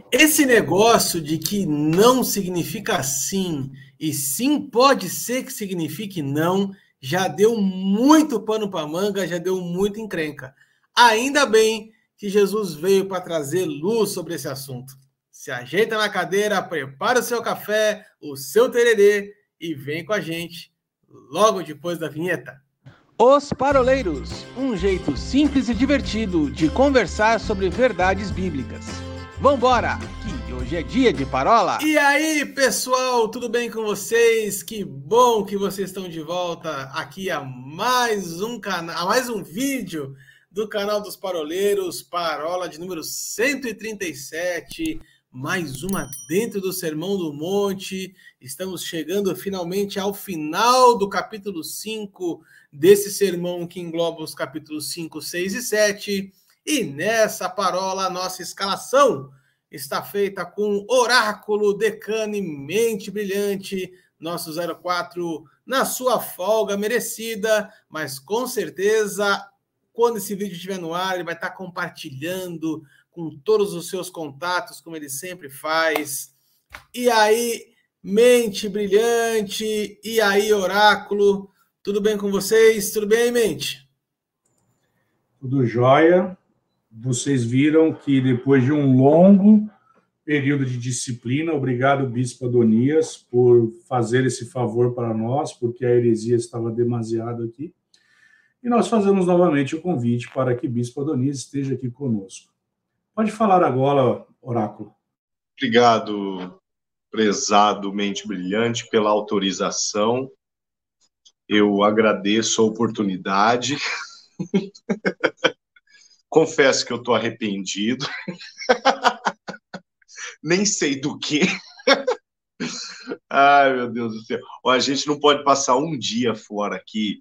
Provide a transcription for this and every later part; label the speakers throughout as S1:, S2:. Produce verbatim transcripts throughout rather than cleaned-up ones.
S1: Esse negócio de que não significa sim e sim pode ser que signifique não, já deu muito pano para manga, já deu muito encrenca. Ainda bem que Jesus veio para trazer luz sobre esse assunto. Se ajeita na cadeira, prepara o seu café, o seu tererê e vem com a gente logo depois da vinheta.
S2: Os Paroleiros, um jeito simples e divertido de conversar sobre verdades bíblicas. Vambora, que hoje é dia de parola!
S1: E aí, pessoal, tudo bem com vocês? Que bom que vocês estão de volta aqui a mais um canal, a mais um vídeo do canal dos Paroleiros, parola de número cento e trinta e sete, mais uma dentro do Sermão do Monte. Estamos chegando finalmente ao final do capítulo cinco desse sermão que engloba os capítulos cinco, seis e sete. E nessa parola, a nossa escalação está feita com Oráculo, Decano e Mente Brilhante, nosso zero quatro, na sua folga merecida, mas com certeza, quando esse vídeo estiver no ar, ele vai estar compartilhando com todos os seus contatos, como ele sempre faz. E aí, Mente Brilhante, e aí, Oráculo, tudo bem com vocês? Tudo bem, Mente?
S3: Tudo jóia. Vocês viram que depois de um longo período de disciplina, obrigado, Bispo Adonias, por fazer esse favor para nós, porque a heresia estava demasiado aqui. E nós fazemos novamente o convite para que Bispo Adonias esteja aqui conosco. Pode falar agora, Oráculo.
S4: Obrigado, prezado Mente Brilhante, pela autorização. Eu agradeço a oportunidade. Confesso que eu estou arrependido. Nem sei do que. Ai, meu Deus do céu. A gente não pode passar um dia fora aqui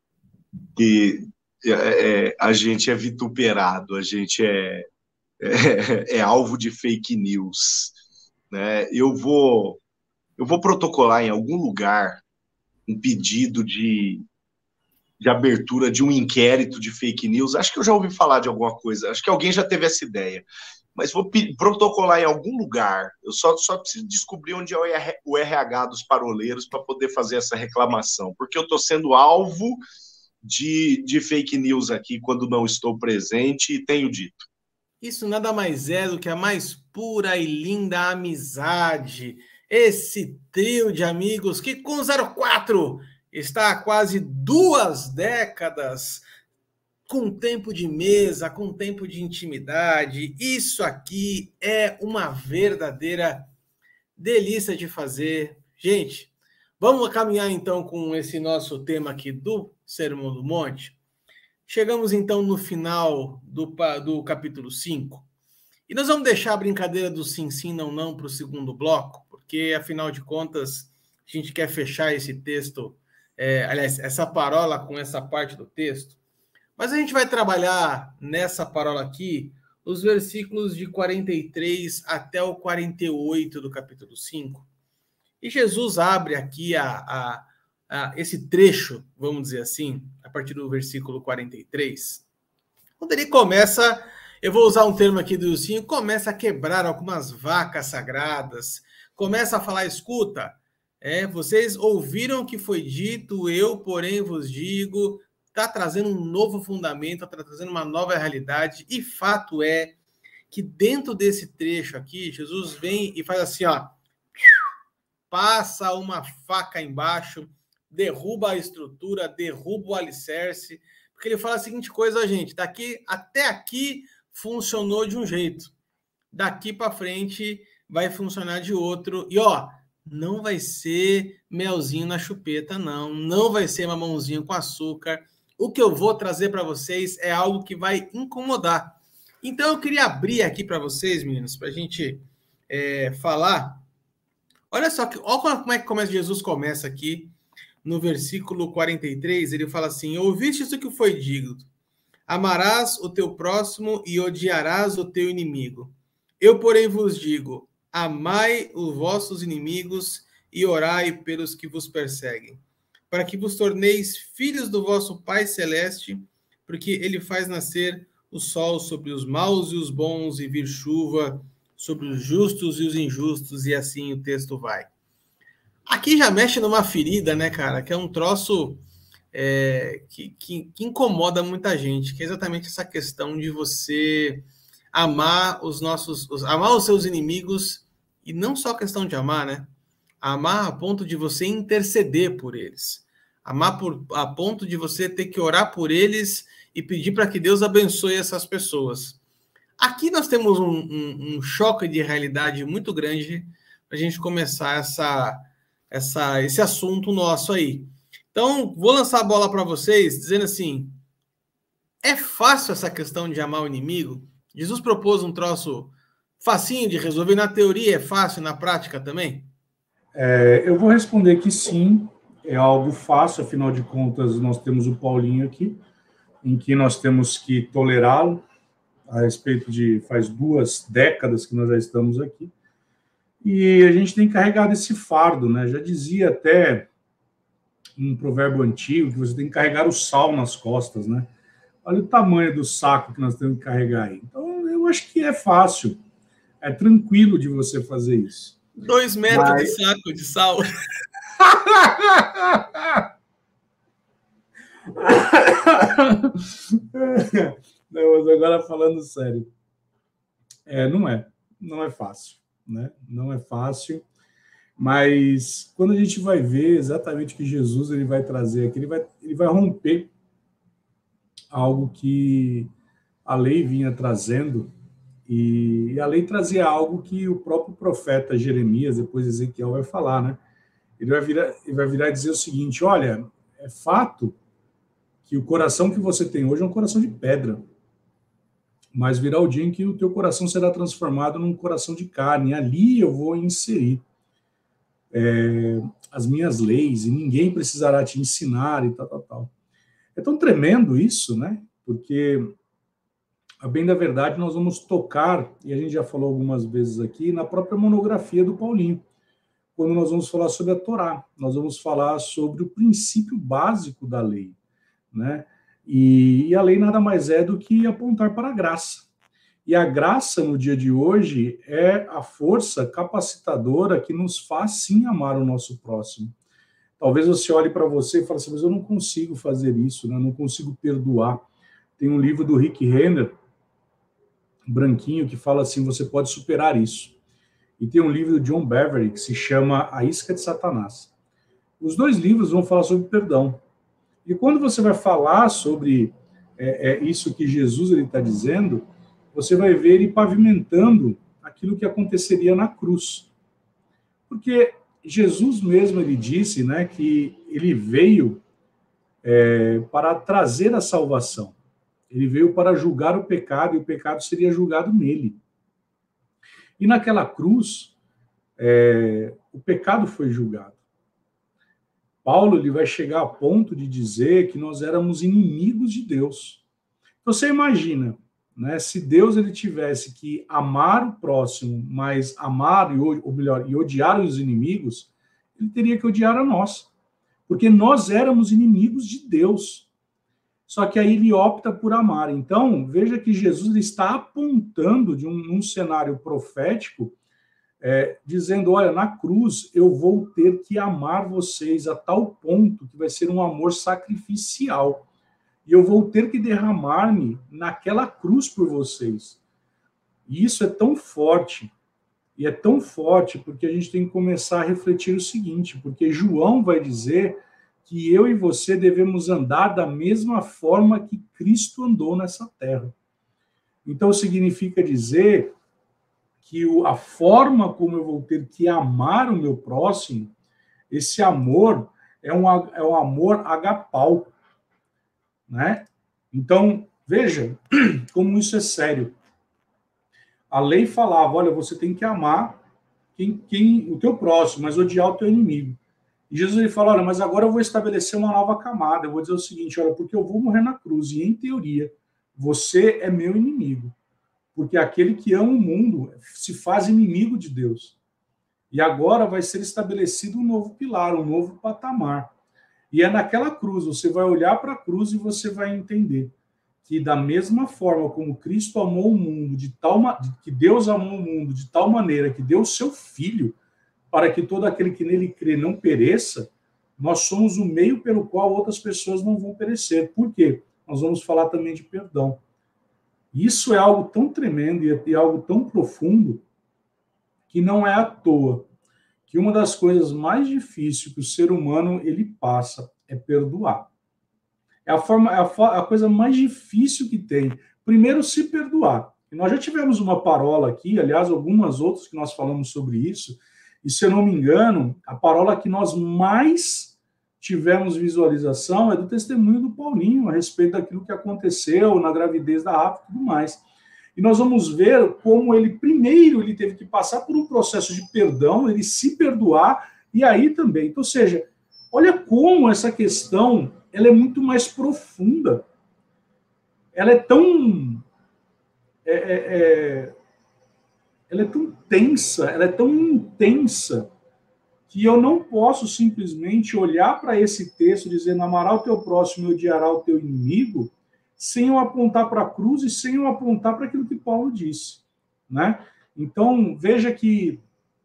S4: que é, é, a gente é vituperado, a gente é, é, é alvo de fake news. Né? Eu vou, eu vou protocolar em algum lugar um pedido de... de abertura de um inquérito de fake news. Acho que eu já ouvi falar de alguma coisa, acho que alguém já teve essa ideia, mas vou protocolar em algum lugar, eu só, só preciso descobrir onde é o R H dos paroleiros para poder fazer essa reclamação, porque eu estou sendo alvo de, de fake news aqui quando não estou presente e tenho dito.
S1: Isso nada mais é do que a mais pura e linda amizade, esse trio de amigos que com o zero quatro... está há quase duas décadas com tempo de mesa, com tempo de intimidade. Isso aqui é uma verdadeira delícia de fazer. Gente, vamos caminhar então com esse nosso tema aqui do Sermão do Monte. Chegamos então no final do, do capítulo cinco. E nós vamos deixar a brincadeira do sim, sim, não, não para o segundo bloco, porque afinal de contas a gente quer fechar esse texto. É, aliás, essa parola com essa parte do texto. Mas a gente vai trabalhar nessa parola aqui os versículos de quarenta e três até o quarenta e oito do capítulo cinco. E Jesus abre aqui a, a, a esse trecho, vamos dizer assim, a partir do versículo quarenta e três, quando ele começa, eu vou usar um termo aqui do Ilcinho, começa a quebrar algumas vacas sagradas, começa a falar, escuta, É, vocês ouviram o que foi dito, eu, porém, vos digo, está trazendo um novo fundamento, está trazendo uma nova realidade, e fato é que dentro desse trecho aqui, Jesus vem e faz assim, ó, passa uma faca embaixo, derruba a estrutura, derruba o alicerce, porque ele fala a seguinte coisa, gente, daqui até aqui funcionou de um jeito, daqui para frente vai funcionar de outro, e ó, não vai ser melzinho na chupeta, não. Não vai ser mamãozinho com açúcar. O que eu vou trazer para vocês é algo que vai incomodar. Então, eu queria abrir aqui para vocês, meninos, para a gente é, falar. Olha só, que, olha como é que começa, Jesus começa aqui, no versículo quarenta e três, ele fala assim, ouviste isso que foi dito, amarás o teu próximo e odiarás o teu inimigo. Eu, porém, vos digo, amai os vossos inimigos e orai pelos que vos perseguem, para que vos torneis filhos do vosso Pai Celeste, porque ele faz nascer o sol sobre os maus e os bons e vir chuva sobre os justos e os injustos, e assim o texto vai. Aqui já mexe numa ferida, né, cara, que é um troço é, que, que, que incomoda muita gente, que é exatamente essa questão de você amar os nossos, os, amar os seus inimigos, e não só a questão de amar, né? Amar a ponto de você interceder por eles. Amar por, a ponto de você ter que orar por eles e pedir para que Deus abençoe essas pessoas. Aqui nós temos um, um, um choque de realidade muito grande para a gente começar essa, essa, esse assunto nosso aí. Então, vou lançar a bola para vocês, dizendo assim, é fácil essa questão de amar o inimigo? Jesus propôs um troço facinho de resolver, na teoria é fácil, na prática também?
S3: É, eu vou responder que sim, é algo fácil, afinal de contas, nós temos o Paulinho aqui, em que nós temos que tolerá-lo, a respeito de faz duas décadas que nós já estamos aqui, e a gente tem carregado esse fardo, né? Já dizia até um provérbio antigo que você tem que carregar o sal nas costas, né? Olha o tamanho do saco que nós temos que carregar aí. Então, eu acho que é fácil, é tranquilo de você fazer isso.
S1: Dois metros Mas... de saco de sal.
S3: Não, mas agora falando sério, é, não é, não é fácil, né? Não é fácil, mas quando a gente vai ver exatamente o que Jesus ele vai trazer aqui, ele vai, ele vai romper algo que a lei vinha trazendo, e a lei trazia algo que o próprio profeta Jeremias, depois Ezequiel, vai falar, né? Ele vai virar, ele vai virar e dizer o seguinte, olha, é fato que o coração que você tem hoje é um coração de pedra, mas virá o dia em que o teu coração será transformado num coração de carne, e ali eu vou inserir é, as minhas leis, e ninguém precisará te ensinar, e tal, tal, tal. É tão tremendo isso, né? Porque, a bem da verdade, nós vamos tocar, e a gente já falou algumas vezes aqui, na própria monografia do Paulinho, quando nós vamos falar sobre a Torá, nós vamos falar sobre o princípio básico da lei, né? E, e a lei nada mais é do que apontar para a graça. E a graça, no dia de hoje, é a força capacitadora que nos faz, sim, amar o nosso próximo. Talvez você olhe para você e fale assim, mas eu não consigo fazer isso, né? Eu não consigo perdoar. Tem um livro do Rick Renner, branquinho, que fala assim, você pode superar isso. E tem um livro do John Beverly que se chama A Isca de Satanás. Os dois livros vão falar sobre perdão. E quando você vai falar sobre é, é, isso que Jesus está dizendo, você vai ver ele pavimentando aquilo que aconteceria na cruz. Porque Jesus mesmo ele disse, né, que ele veio é, para trazer a salvação. Ele veio para julgar o pecado, e o pecado seria julgado nele. E naquela cruz, é, o pecado foi julgado. Paulo ele vai chegar a ponto de dizer que nós éramos inimigos de Deus. Você imagina, né, se Deus ele tivesse que amar o próximo, mas amar, ou melhor, e odiar os inimigos, ele teria que odiar a nós. Porque nós éramos inimigos de Deus. Só que aí ele opta por amar. Então, veja que Jesus está apontando de um, um cenário profético, É, dizendo, olha, na cruz eu vou ter que amar vocês a tal ponto que vai ser um amor sacrificial. E eu vou ter que derramar-me naquela cruz por vocês. E isso é tão forte, e é tão forte porque a gente tem que começar a refletir o seguinte, porque João vai dizer que eu e você devemos andar da mesma forma que Cristo andou nessa terra. Então significa dizer que a forma como eu vou ter que amar o meu próximo, esse amor é um, é um amor agapau, né? Então, veja como isso é sério. A lei falava, olha, você tem que amar quem, quem, o teu próximo, mas odiar o teu inimigo. E Jesus ele fala, olha, mas agora eu vou estabelecer uma nova camada, eu vou dizer o seguinte, olha, porque eu vou morrer na cruz, e em teoria, você é meu inimigo. Porque aquele que ama o mundo se faz inimigo de Deus. E agora vai ser estabelecido um novo pilar, um novo patamar. E é naquela cruz, você vai olhar para a cruz e você vai entender que da mesma forma como Cristo amou o mundo, de tal que Deus amou o mundo de tal maneira que deu o seu Filho, para que todo aquele que nele crê não pereça, nós somos o meio pelo qual outras pessoas não vão perecer. Por quê? Nós vamos falar também de perdão. Isso é algo tão tremendo e é algo tão profundo que não é à toa que uma das coisas mais difíceis que o ser humano ele passa é perdoar. É a, forma, é a, a coisa mais difícil que tem. Primeiro, se perdoar. E nós já tivemos uma parola aqui, aliás, algumas outras que nós falamos sobre isso, e se eu não me engano, a parola que nós mais tivemos visualização é do testemunho do Paulinho, a respeito daquilo que aconteceu na gravidez da Rafa e tudo mais. E nós vamos ver como ele, primeiro, ele teve que passar por um processo de perdão, ele se perdoar, e aí também. Então, ou seja, olha como essa questão ela é muito mais profunda. Ela é tão... É, é, é, ela é tão tensa, ela é tão intensa, que eu não posso simplesmente olhar para esse texto dizendo amará o teu próximo e odiará o teu inimigo, sem eu apontar para a cruz e sem eu apontar para aquilo que Paulo disse, né? Então, veja que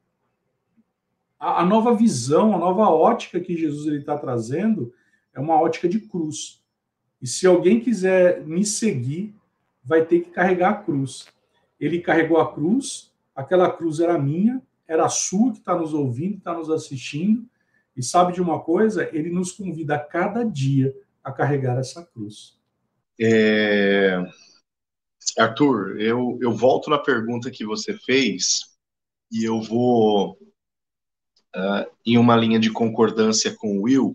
S3: a, a nova visão, a nova ótica que Jesus está trazendo é uma ótica de cruz. E se alguém quiser me seguir, vai ter que carregar a cruz. Ele carregou a cruz, aquela cruz era minha, era a sua que está nos ouvindo, está nos assistindo, e sabe de uma coisa? Ele nos convida a cada dia a carregar essa cruz.
S4: É... Arthur, eu, eu volto na pergunta que você fez e eu vou uh, em uma linha de concordância com o Will,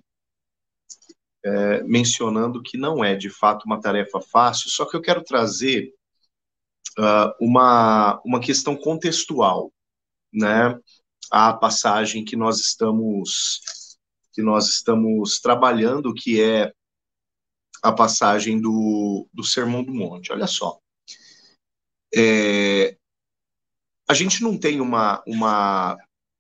S4: uh, mencionando que não é de fato uma tarefa fácil, só que eu quero trazer uh, uma, uma questão contextual, né, à passagem que nós estamos que nós estamos trabalhando, que é a passagem do, do Sermão do Monte. Olha só. É, a gente não tem uma, uma,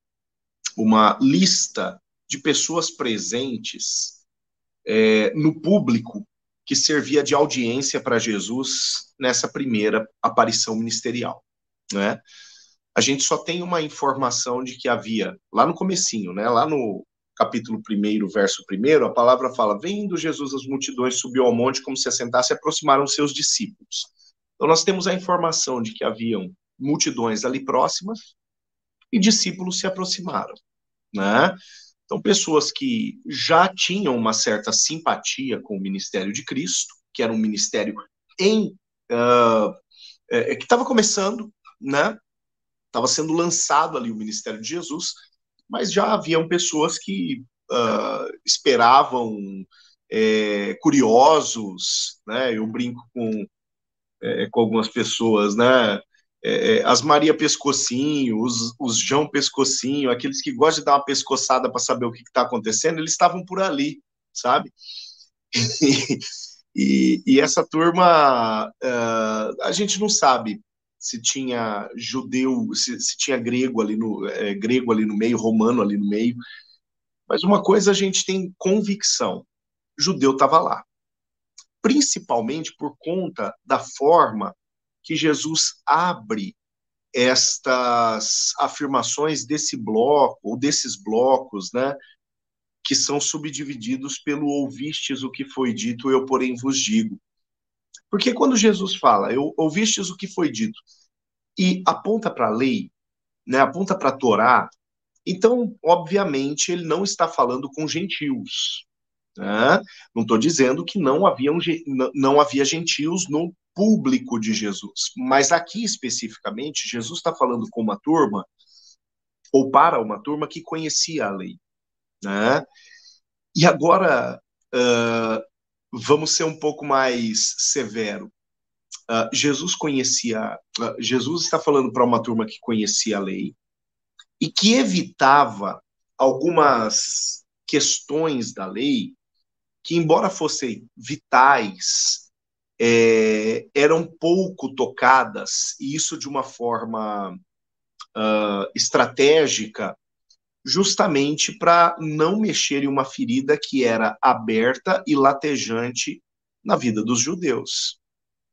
S4: uma lista de pessoas presentes é, no público que servia de audiência para Jesus nessa primeira aparição ministerial, né? A gente só tem uma informação de que havia, lá no comecinho, né, lá no capítulo primeiro, verso primeiro, a palavra fala, vendo Jesus as multidões, subiu ao monte, como se assentasse, e aproximaram seus discípulos. Então nós temos a informação de que haviam multidões ali próximas e discípulos se aproximaram, né? Então pessoas que já tinham uma certa simpatia com o ministério de Cristo, que era um ministério em, uh, é, que estava começando, né? Estava sendo lançado ali o ministério de Jesus, mas já haviam pessoas que uh, esperavam, é, curiosos, né? Eu brinco com, é, com algumas pessoas, né? É, as Maria Pescocinho, os, os João Pescocinho, aqueles que gostam de dar uma pescoçada para saber o que está acontecendo, eles estavam por ali, sabe? E, e, e essa turma, uh, a gente não sabe se tinha judeu, se, se tinha grego ali, no, é, grego ali no meio, romano ali no meio, mas uma coisa a gente tem convicção, judeu estava lá, principalmente por conta da forma que Jesus abre estas afirmações desse bloco, ou desses blocos, né, que são subdivididos pelo ouvistes o que foi dito, eu porém vos digo. Porque quando Jesus fala, eu, ouvistes o que foi dito, e aponta para a lei, né, aponta para a Torá, então, obviamente, ele não está falando com gentios. Né? Não estou dizendo que não, haviam, não havia gentios no público de Jesus, mas aqui especificamente, Jesus está falando com uma turma, ou para uma turma que conhecia a lei. Né? E agora, uh, vamos ser um pouco mais severo. Uh, Jesus conhecia, uh, Jesus está falando para uma turma que conhecia a lei e que evitava algumas questões da lei que, embora fossem vitais, é, eram pouco tocadas, e isso de uma forma uh, estratégica, justamente para não mexer em uma ferida que era aberta e latejante na vida dos judeus.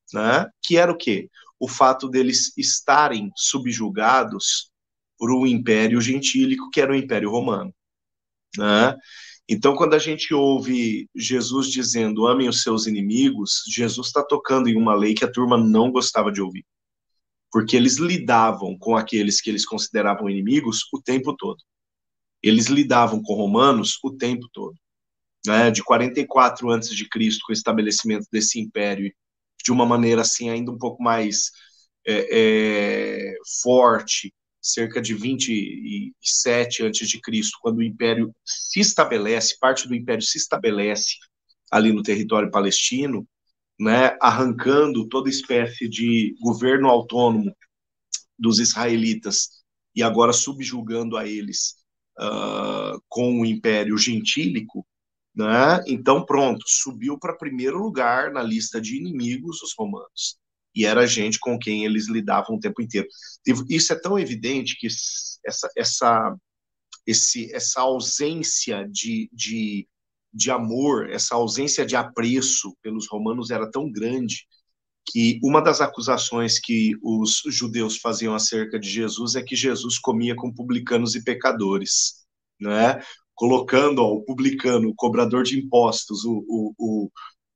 S4: né? Que era o quê? O fato deles estarem subjugados por um império gentílico, que era o Império Romano, né? Então, quando a gente ouve Jesus dizendo amem os seus inimigos, Jesus está tocando em uma lei que a turma não gostava de ouvir, porque eles lidavam com aqueles que eles consideravam inimigos o tempo todo. Eles lidavam com romanos o tempo todo, né? De quarenta e quatro antes de Cristo, com o estabelecimento desse império, de uma maneira assim ainda um pouco mais é, é, forte, cerca de vinte e sete antes de Cristo, quando o império se estabelece, parte do império se estabelece ali no território palestino, né, arrancando toda espécie de governo autônomo dos israelitas e agora subjugando a eles uh, com o império gentílico, né? Então pronto, subiu para primeiro lugar na lista de inimigos os romanos. E era gente com quem eles lidavam o tempo inteiro. Isso é tão evidente que essa, essa, esse, essa ausência de, de, de amor, essa ausência de apreço pelos romanos era tão grande que uma das acusações que os judeus faziam acerca de Jesus é que Jesus comia com publicanos e pecadores, né? Colocando ó, o publicano, o cobrador de impostos, o, o, o,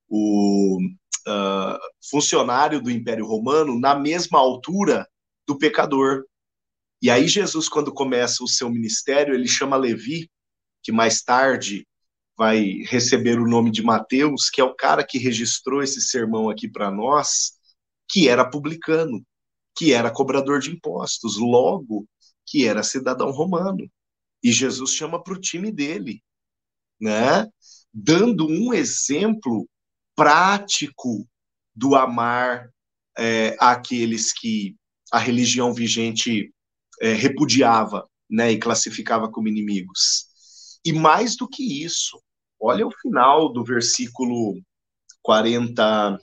S4: o Uh, funcionário do Império Romano na mesma altura do pecador. E aí Jesus, quando começa o seu ministério, ele chama Levi, que mais tarde vai receber o nome de Mateus, que é o cara que registrou esse sermão aqui para nós, que era publicano, que era cobrador de impostos, logo que era cidadão romano. E Jesus chama para o time dele, né? Dando um exemplo prático do amar é, àqueles que a religião vigente é, repudiava, né, e classificava como inimigos. E mais do que isso, olha o final do versículo quarenta...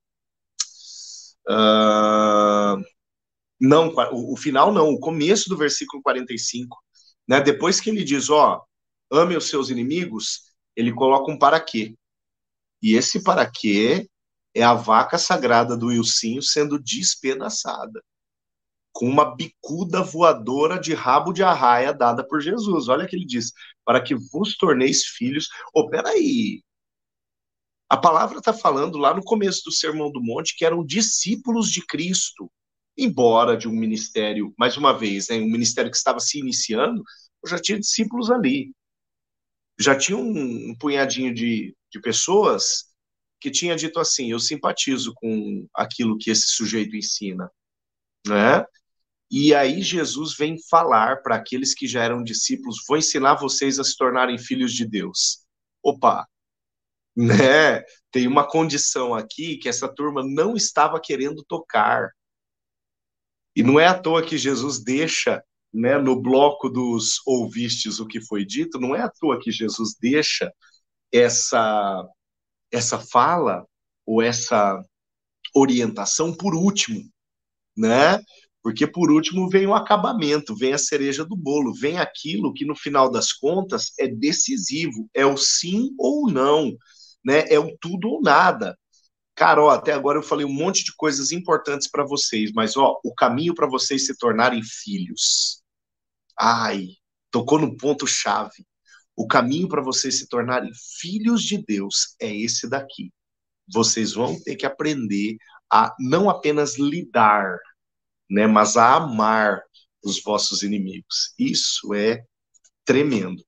S4: Uh, não, o, o final não, o começo do versículo quarenta e cinco, né, depois que ele diz, ó, ame os seus inimigos, ele coloca um para quê. E esse para quê é a vaca sagrada do Ilcinho sendo despedaçada, com uma bicuda voadora de rabo de arraia dada por Jesus. Olha que ele diz, para que vos torneis filhos. Oh, peraí, a palavra está falando lá no começo do Sermão do Monte que eram discípulos de Cristo, embora de um ministério, mais uma vez, né, um ministério que estava se iniciando, já tinha discípulos ali. Já tinha um, um punhadinho de, de pessoas que tinha dito assim, eu simpatizo com aquilo que esse sujeito ensina, né? E aí Jesus vem falar para aqueles que já eram discípulos, vou ensinar vocês a se tornarem filhos de Deus. Opa, né? Tem uma condição aqui que essa turma não estava querendo tocar. E não é à toa que Jesus deixa, né, no bloco dos ouvistes o que foi dito, não é à toa que Jesus deixa essa, essa fala ou essa orientação por último, né? Porque por último vem o acabamento, vem a cereja do bolo, vem aquilo que no final das contas é decisivo, é o sim ou não, né? É o tudo ou nada. Cara, ó, até agora eu falei um monte de coisas importantes para vocês, mas ó, o caminho para vocês se tornarem filhos. Ai, tocou no ponto chave. O caminho para vocês se tornarem filhos de Deus é esse daqui. Vocês vão ter que aprender a não apenas lidar, né, mas a amar os vossos inimigos. Isso é tremendo.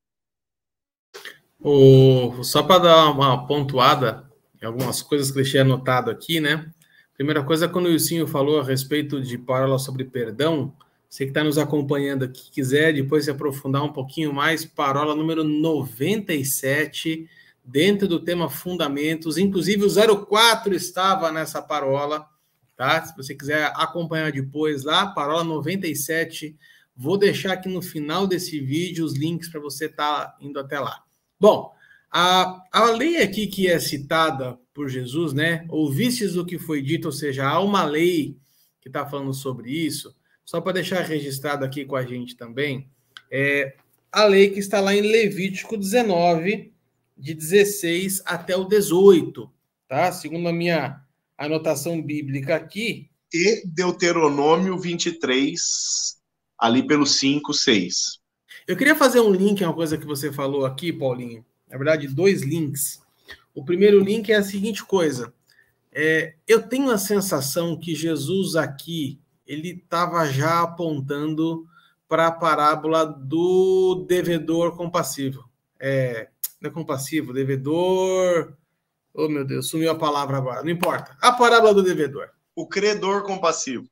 S1: O, só para dar uma pontuada em algumas coisas que deixei anotado aqui, né? Primeira coisa, quando o Ilcinho falou a respeito de parábola sobre perdão, você que está nos acompanhando aqui, quiser depois se aprofundar um pouquinho mais, parábola número noventa e sete, dentro do tema Fundamentos, inclusive o zero quatro estava nessa parábola, tá? Se você quiser acompanhar depois lá, parábola noventa e sete, vou deixar aqui no final desse vídeo os links para você estar tá indo até lá. Bom, a, a lei aqui que é citada por Jesus, né? Ouvistes o que foi dito, ou seja, há uma lei que está falando sobre isso, só para deixar registrado aqui com a gente também, é a lei que está lá em Levítico dezenove, de dezesseis até o dezoito, tá? Segundo a minha, anotação bíblica aqui.
S4: E Deuteronômio vinte e três, ali pelo cinco, seis.
S1: Eu queria fazer um link a uma coisa que você falou aqui, Paulinho. Na verdade, dois links. O primeiro link é a seguinte coisa. É, eu tenho a sensação que Jesus aqui, ele estava já apontando para a parábola do devedor compassivo. É, não é compassivo, devedor... Oh, meu Deus, sumiu a palavra agora. Não importa. A parábola do devedor.
S4: O credor compassivo.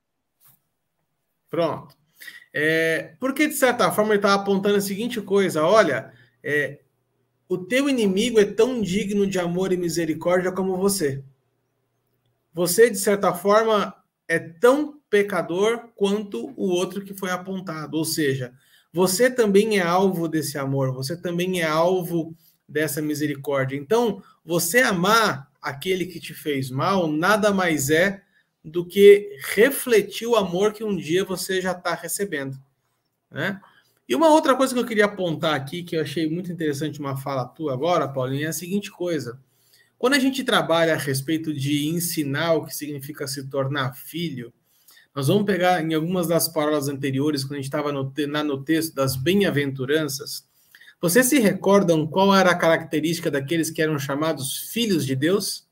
S1: Pronto. É, porque, de certa forma, ele estava apontando a seguinte coisa. Olha, é, o teu inimigo é tão digno de amor e misericórdia como você. Você, de certa forma, é tão pecador quanto o outro que foi apontado. Ou seja, você também é alvo desse amor. Você também é alvo dessa misericórdia. Então, você amar aquele que te fez mal nada mais é do que refletir o amor que um dia você já está recebendo, né? E uma outra coisa que eu queria apontar aqui, que eu achei muito interessante uma fala tua agora, Paulinho, é a seguinte coisa. Quando a gente trabalha a respeito de ensinar o que significa se tornar filho, nós vamos pegar em algumas das palavras anteriores, quando a gente estava no, no texto das bem-aventuranças. Vocês se recordam qual era a característica daqueles que eram chamados filhos de Deus?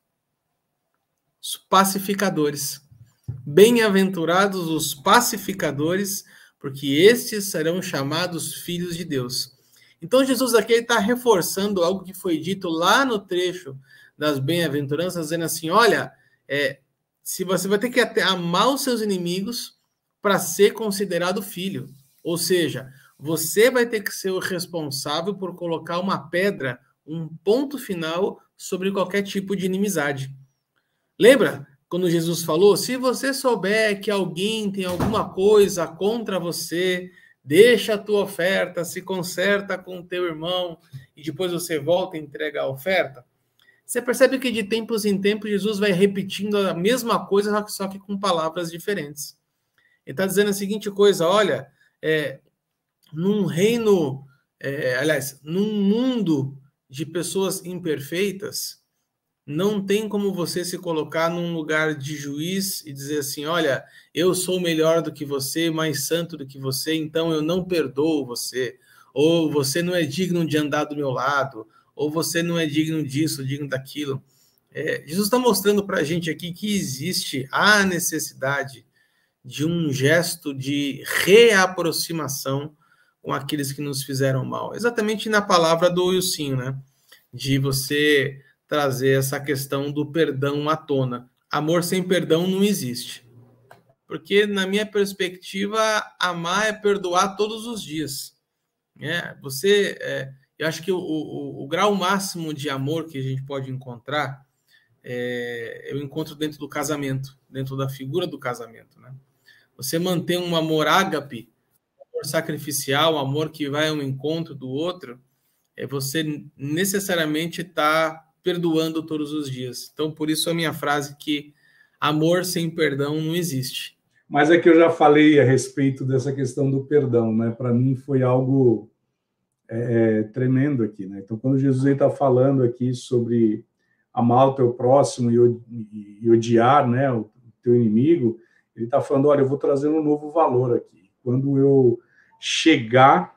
S1: Os pacificadores. Bem-aventurados os pacificadores, porque estes serão chamados filhos de Deus. Então, Jesus aqui está reforçando algo que foi dito lá no trecho das bem-aventuranças, dizendo assim, olha, é, se você vai ter que amar os seus inimigos para ser considerado filho. Ou seja, você vai ter que ser o responsável por colocar uma pedra, um ponto final sobre qualquer tipo de inimizade. Lembra quando Jesus falou, se você souber que alguém tem alguma coisa contra você, deixa a tua oferta, se conserta com o teu irmão e depois você volta e entrega a oferta? Você percebe que de tempos em tempos Jesus vai repetindo a mesma coisa, só que com palavras diferentes. Ele está dizendo a seguinte coisa, olha, é, num reino, é, aliás, num mundo de pessoas imperfeitas, não tem como você se colocar num lugar de juiz e dizer assim, olha, eu sou melhor do que você, mais santo do que você, então eu não perdoo você, ou você não é digno de andar do meu lado, ou você não é digno disso, digno daquilo. É, Jesus está mostrando para a gente aqui que existe a necessidade de um gesto de reaproximação com aqueles que nos fizeram mal. Exatamente na palavra do Wilsinho, né? De você trazer essa questão do perdão à tona. Amor sem perdão não existe. Porque, na minha perspectiva, amar é perdoar todos os dias. É, você, é, eu acho que o, o, o grau máximo de amor que a gente pode encontrar, é, eu encontro dentro do casamento, dentro da figura do casamento, né? Você manter um amor ágape, um amor sacrificial, um amor que vai ao encontro do outro, é você necessariamente está perdoando todos os dias. Então, por isso a minha frase que amor sem perdão não existe.
S3: Mas é que eu já falei a respeito dessa questão do perdão, né? Para mim foi algo é, tremendo aqui, né? Então, quando Jesus está falando aqui sobre amar o teu próximo e, e odiar, né, o teu inimigo, ele está falando, olha, eu vou trazer um novo valor aqui. Quando eu chegar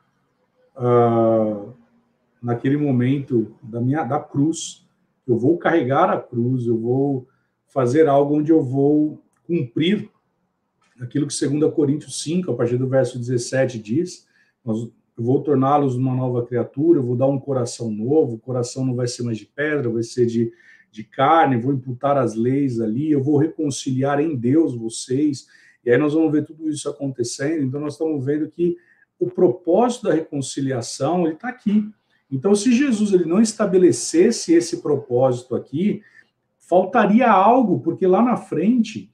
S3: uh, naquele momento da minha da cruz, eu vou carregar a cruz, eu vou fazer algo onde eu vou cumprir aquilo que dois Coríntios cinco, a partir do verso dezessete, diz, eu vou torná-los uma nova criatura, eu vou dar um coração novo, o coração não vai ser mais de pedra, vai ser de, de carne, vou imputar as leis ali, eu vou reconciliar em Deus vocês, e aí nós vamos ver tudo isso acontecendo. Então nós estamos vendo que o propósito da reconciliação, ele está aqui. Então, se Jesus ele não estabelecesse esse propósito aqui, faltaria algo, porque lá na frente,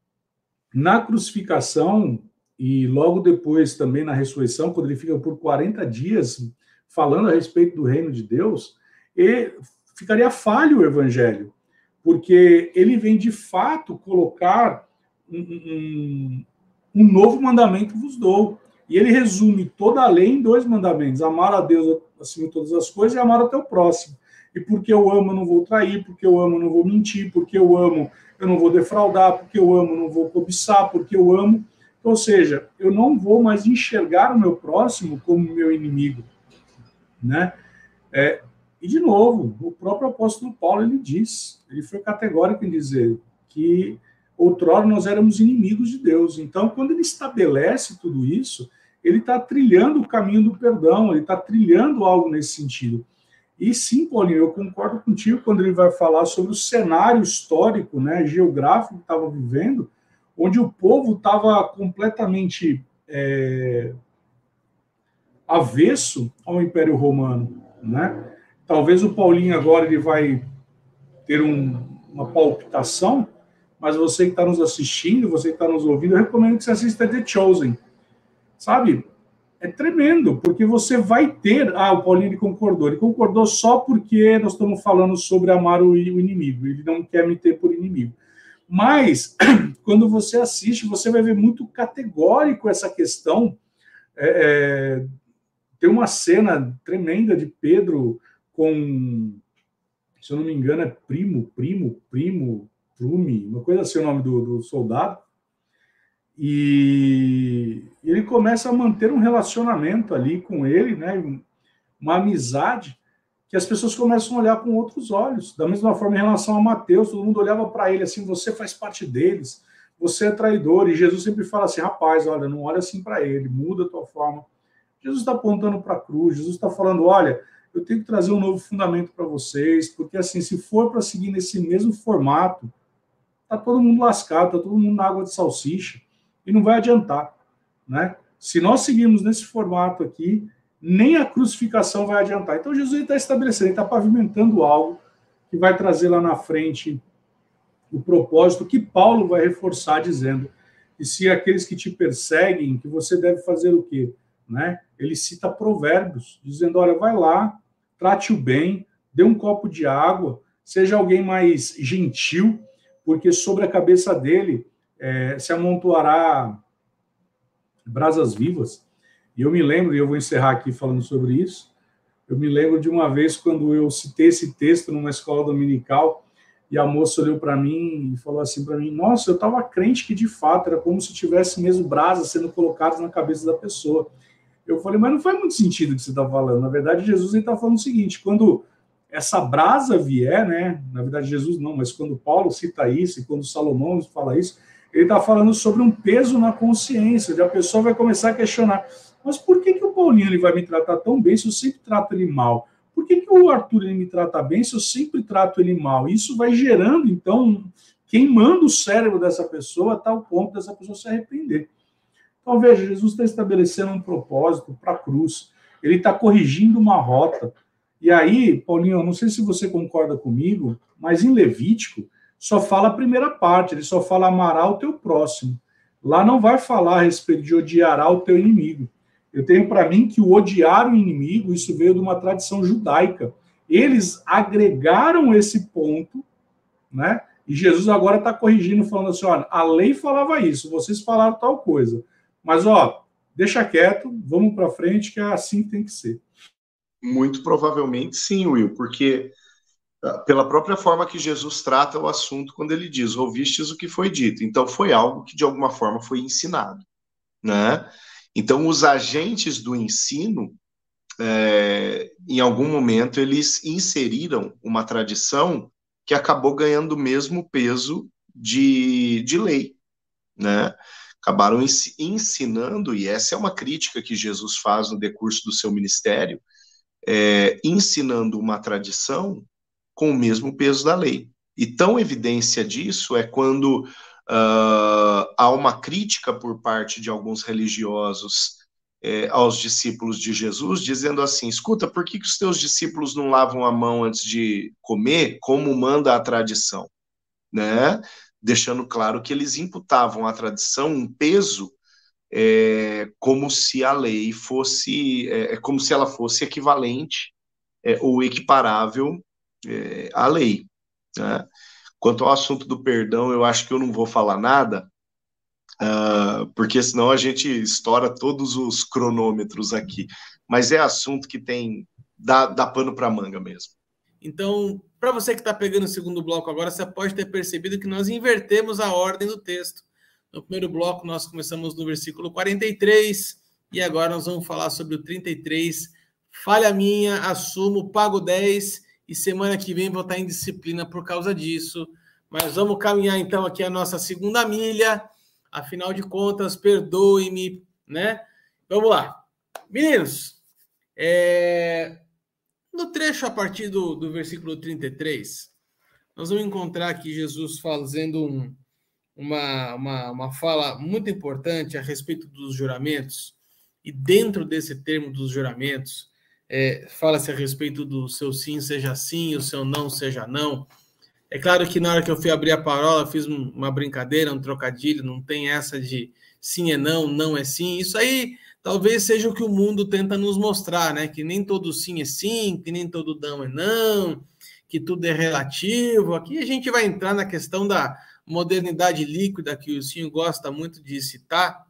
S3: na crucificação e logo depois também na ressurreição, quando ele fica por quarenta dias falando a respeito do reino de Deus, e ficaria falho o evangelho, porque ele vem de fato colocar um, um, um novo mandamento vos dou. E ele resume toda a lei em dois mandamentos: amar a Deus acima de todas as coisas e amar o teu próximo. e porque eu amo eu não vou trair, porque eu amo eu não vou mentir, porque eu amo eu não vou defraudar, porque eu amo eu não vou cobiçar, porque eu amo... Ou seja, eu não vou mais enxergar o meu próximo como meu inimigo, né? É, e, de novo, o próprio apóstolo Paulo, ele diz, ele foi categórico em dizer que outrora nós éramos inimigos de Deus. Então, quando ele estabelece tudo isso, ele está trilhando o caminho do perdão, ele está trilhando algo nesse sentido. E sim, Paulinho, eu concordo contigo quando ele vai falar sobre o cenário histórico, né, geográfico que estava vivendo, onde o povo estava completamente é, avesso ao Império Romano, né? Talvez o Paulinho agora ele vai ter um, uma palpitação, mas você que está nos assistindo, você que está nos ouvindo, eu recomendo que você assista The Chosen. Sabe? É tremendo, porque você vai ter... Ah, o Paulinho ele concordou. Ele concordou só porque nós estamos falando sobre amar o inimigo. Ele não quer me ter por inimigo. Mas, quando você assiste, você vai ver muito categórico essa questão. É, é, tem uma cena tremenda de Pedro com, se eu não me engano, é primo, primo, primo, Trume, uma coisa assim o nome do, do soldado. E ele começa a manter um relacionamento ali com ele, né, uma amizade, que as pessoas começam a olhar com outros olhos. Da mesma forma, em relação a Mateus, todo mundo olhava para ele assim, você faz parte deles, você é traidor. E Jesus sempre fala assim, rapaz, olha, não olha assim para ele, muda a tua forma. Jesus está apontando para a cruz, Jesus está falando, olha, eu tenho que trazer um novo fundamento para vocês, porque assim, se for para seguir nesse mesmo formato, tá todo mundo lascado, tá todo mundo na água de salsicha, e não vai adiantar, né? Se nós seguirmos nesse formato aqui, nem a crucificação vai adiantar. Então Jesus está estabelecendo, ele está pavimentando algo que vai trazer lá na frente o propósito que Paulo vai reforçar dizendo que se aqueles que te perseguem, que você deve fazer o quê? Né? Ele cita provérbios, dizendo, olha, vai lá, trate-o bem, dê um copo de água, seja alguém mais gentil, porque sobre a cabeça dele é, se amontoará brasas vivas. E eu me lembro, e eu vou encerrar aqui falando sobre isso, eu me lembro de uma vez quando eu citei esse texto numa escola dominical, e a moça olhou para mim e falou assim para mim, nossa, eu estava crente que de fato era como se tivesse mesmo brasas sendo colocadas na cabeça da pessoa. Eu falei, mas não faz muito sentido o que você está falando. Na verdade, Jesus está falando o seguinte, quando essa brasa vier, né? Na verdade, Jesus não, mas quando Paulo cita isso, e quando Salomão fala isso, ele está falando sobre um peso na consciência, onde a pessoa vai começar a questionar, mas por que, que o Paulinho ele vai me tratar tão bem se eu sempre trato ele mal? Por que, que o Arthur ele me trata bem se eu sempre trato ele mal? Isso vai gerando, então, queimando o cérebro dessa pessoa a tal ponto dessa pessoa se arrepender. Então, veja, Jesus está estabelecendo um propósito para a cruz. Ele está corrigindo uma rota. E aí, Paulinho, eu não sei se você concorda comigo, mas em Levítico só fala a primeira parte, ele só fala amará o teu próximo. Lá não vai falar a respeito de odiará o teu inimigo. Eu tenho para mim que o odiar o inimigo, isso veio de uma tradição judaica. Eles agregaram esse ponto, né? E Jesus agora está corrigindo, falando assim, olha, a lei falava isso, vocês falaram tal coisa. Mas, ó, deixa quieto, vamos para frente, que é assim que tem que ser.
S4: Muito provavelmente sim, Will, porque pela própria forma que Jesus trata o assunto quando ele diz, ouvistes o que foi dito. Então, foi algo que, de alguma forma, foi ensinado, né? Então, os agentes do ensino, é, em algum momento, eles inseriram uma tradição que acabou ganhando o mesmo peso de, de lei, né? Acabaram ensinando, e essa é uma crítica que Jesus faz no decurso do seu ministério, é, ensinando uma tradição com o mesmo peso da lei. E tão evidência disso é quando uh, há uma crítica por parte de alguns religiosos é, aos discípulos de Jesus, dizendo assim, escuta, por que, que os teus discípulos não lavam a mão antes de comer, como manda a tradição? Né? Deixando claro que eles imputavam à tradição um peso é, como se a lei fosse, é, como se ela fosse equivalente é, ou equiparável é, à lei. Né? Quanto ao assunto do perdão, eu acho que eu não vou falar nada, uh, porque senão a gente estoura todos os cronômetros aqui. Mas é assunto que tem, dá, dá pano para manga mesmo.
S1: Então, para você que está pegando o segundo bloco agora, você pode ter percebido que nós invertemos a ordem do texto. No primeiro bloco, nós começamos no versículo quarenta e três, e agora nós vamos falar sobre o trinta e três. Falha minha, assumo, pago dez, e semana que vem vou estar em disciplina por causa disso. Mas vamos caminhar, então, aqui a nossa segunda milha. Afinal de contas, perdoe-me, né? Vamos lá. Meninos, é... no trecho a partir do, do versículo trinta e três, nós vamos encontrar aqui Jesus fazendo um, uma, uma, uma fala muito importante a respeito dos juramentos, e dentro desse termo dos juramentos, é, fala-se a respeito do seu sim seja sim, o seu não seja não. É claro que na hora que eu fui abrir a parola, fiz uma brincadeira, um trocadilho, não tem essa de sim é não, não é sim. Isso aí talvez seja o que o mundo tenta nos mostrar, né? Que nem todo sim é sim, que nem todo não é não, que tudo é relativo. Aqui a gente vai entrar na questão da modernidade líquida, que o senhor gosta muito de citar,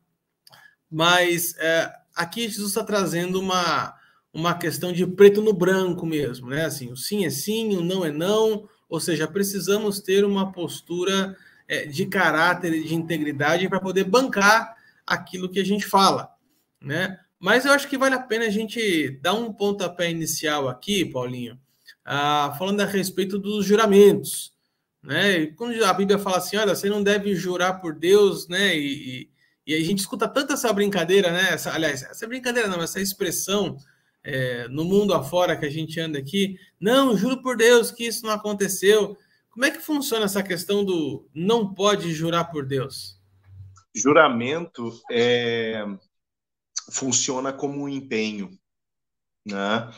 S1: mas é, aqui Jesus está trazendo uma, uma questão de preto no branco mesmo, né? Assim, o sim é sim, o não é não. Ou seja, precisamos ter uma postura é, de caráter e de integridade para poder bancar aquilo que a gente fala, né? Mas eu acho que vale a pena a gente dar um pontapé inicial aqui, Paulinho, ah, falando a respeito dos juramentos, né? E quando a Bíblia fala assim, olha, você não deve jurar por Deus, né? E, e, e a gente escuta tanto essa brincadeira, né? Essa, aliás, essa brincadeira não, essa expressão É, no mundo afora que a gente anda aqui, não, juro por Deus que isso não aconteceu. Como é que funciona essa questão do não pode jurar por Deus?
S4: Juramento é, funciona como um empenho, né?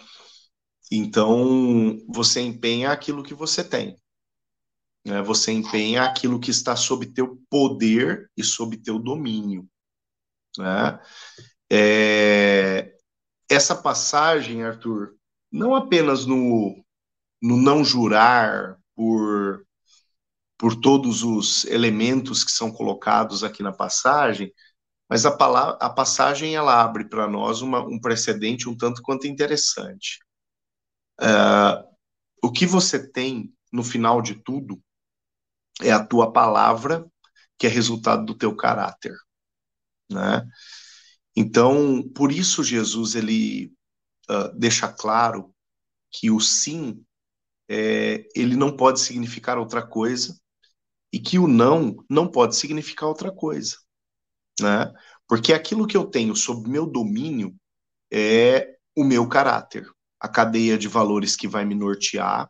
S4: Então, você empenha aquilo que você tem, né? Você empenha aquilo que está sob teu poder e sob teu domínio, né? É... Essa passagem, Arthur, não apenas no, no não jurar por, por todos os elementos que são colocados aqui na passagem, mas a, palavra, a passagem ela abre para nós uma, um precedente um tanto quanto interessante. Uh, o que você tem no final de tudo é a tua palavra, que é resultado do teu caráter, né? Então, por isso Jesus ele Uh, deixa claro que o sim, é, ele não pode significar outra coisa e que o não não pode significar outra coisa, né? Porque aquilo que eu tenho sob meu domínio é o meu caráter, a cadeia de valores que vai me nortear,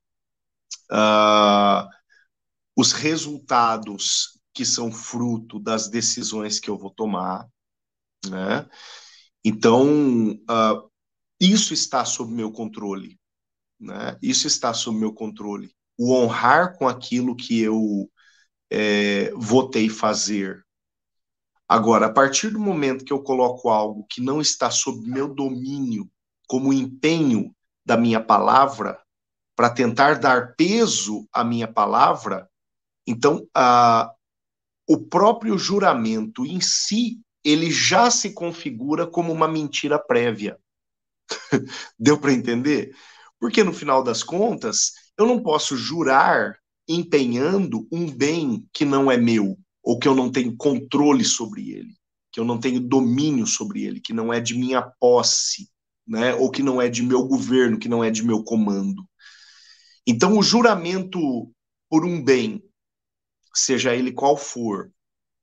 S4: uh, os resultados que são fruto das decisões que eu vou tomar, né? Então, uh, isso está sob meu controle, né? Isso está sob meu controle. O honrar com aquilo que eu é, votei fazer. Agora, a partir do momento que eu coloco algo que não está sob meu domínio, como empenho da minha palavra, para tentar dar peso à minha palavra, então a, o próprio juramento em si, ele já se configura como uma mentira prévia. Deu para entender? Porque no final das contas, eu não posso jurar empenhando um bem que não é meu, ou que eu não tenho controle sobre ele, que eu não tenho domínio sobre ele, que não é de minha posse, né? Ou que não é de meu governo, que não é de meu comando. Então, o juramento por um bem, seja ele qual for,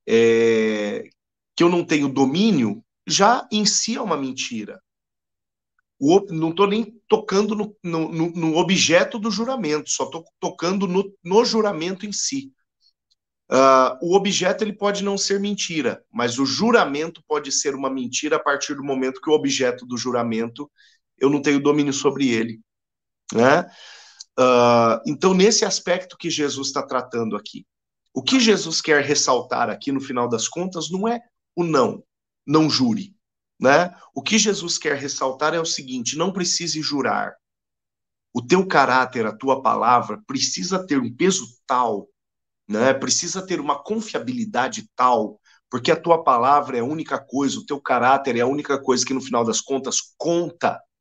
S4: é, que eu não tenho domínio, já em si é uma mentira. O, não estou nem tocando no, no, no objeto do juramento, só estou tocando no, no juramento em si. Uh, o objeto ele pode não ser mentira, mas o juramento pode ser uma mentira a partir do momento que o objeto do juramento eu não tenho domínio sobre ele, né? Uh, então, nesse aspecto que Jesus está tratando aqui, o que Jesus quer ressaltar aqui no final das contas não é o não, não jure. Né? O que Jesus quer ressaltar é o seguinte: não precise jurar. O teu caráter, a tua palavra, precisa ter um peso tal, né? Precisa ter uma confiabilidade tal, porque a tua palavra é a única coisa, o teu caráter é a única coisa que no final das contas conta,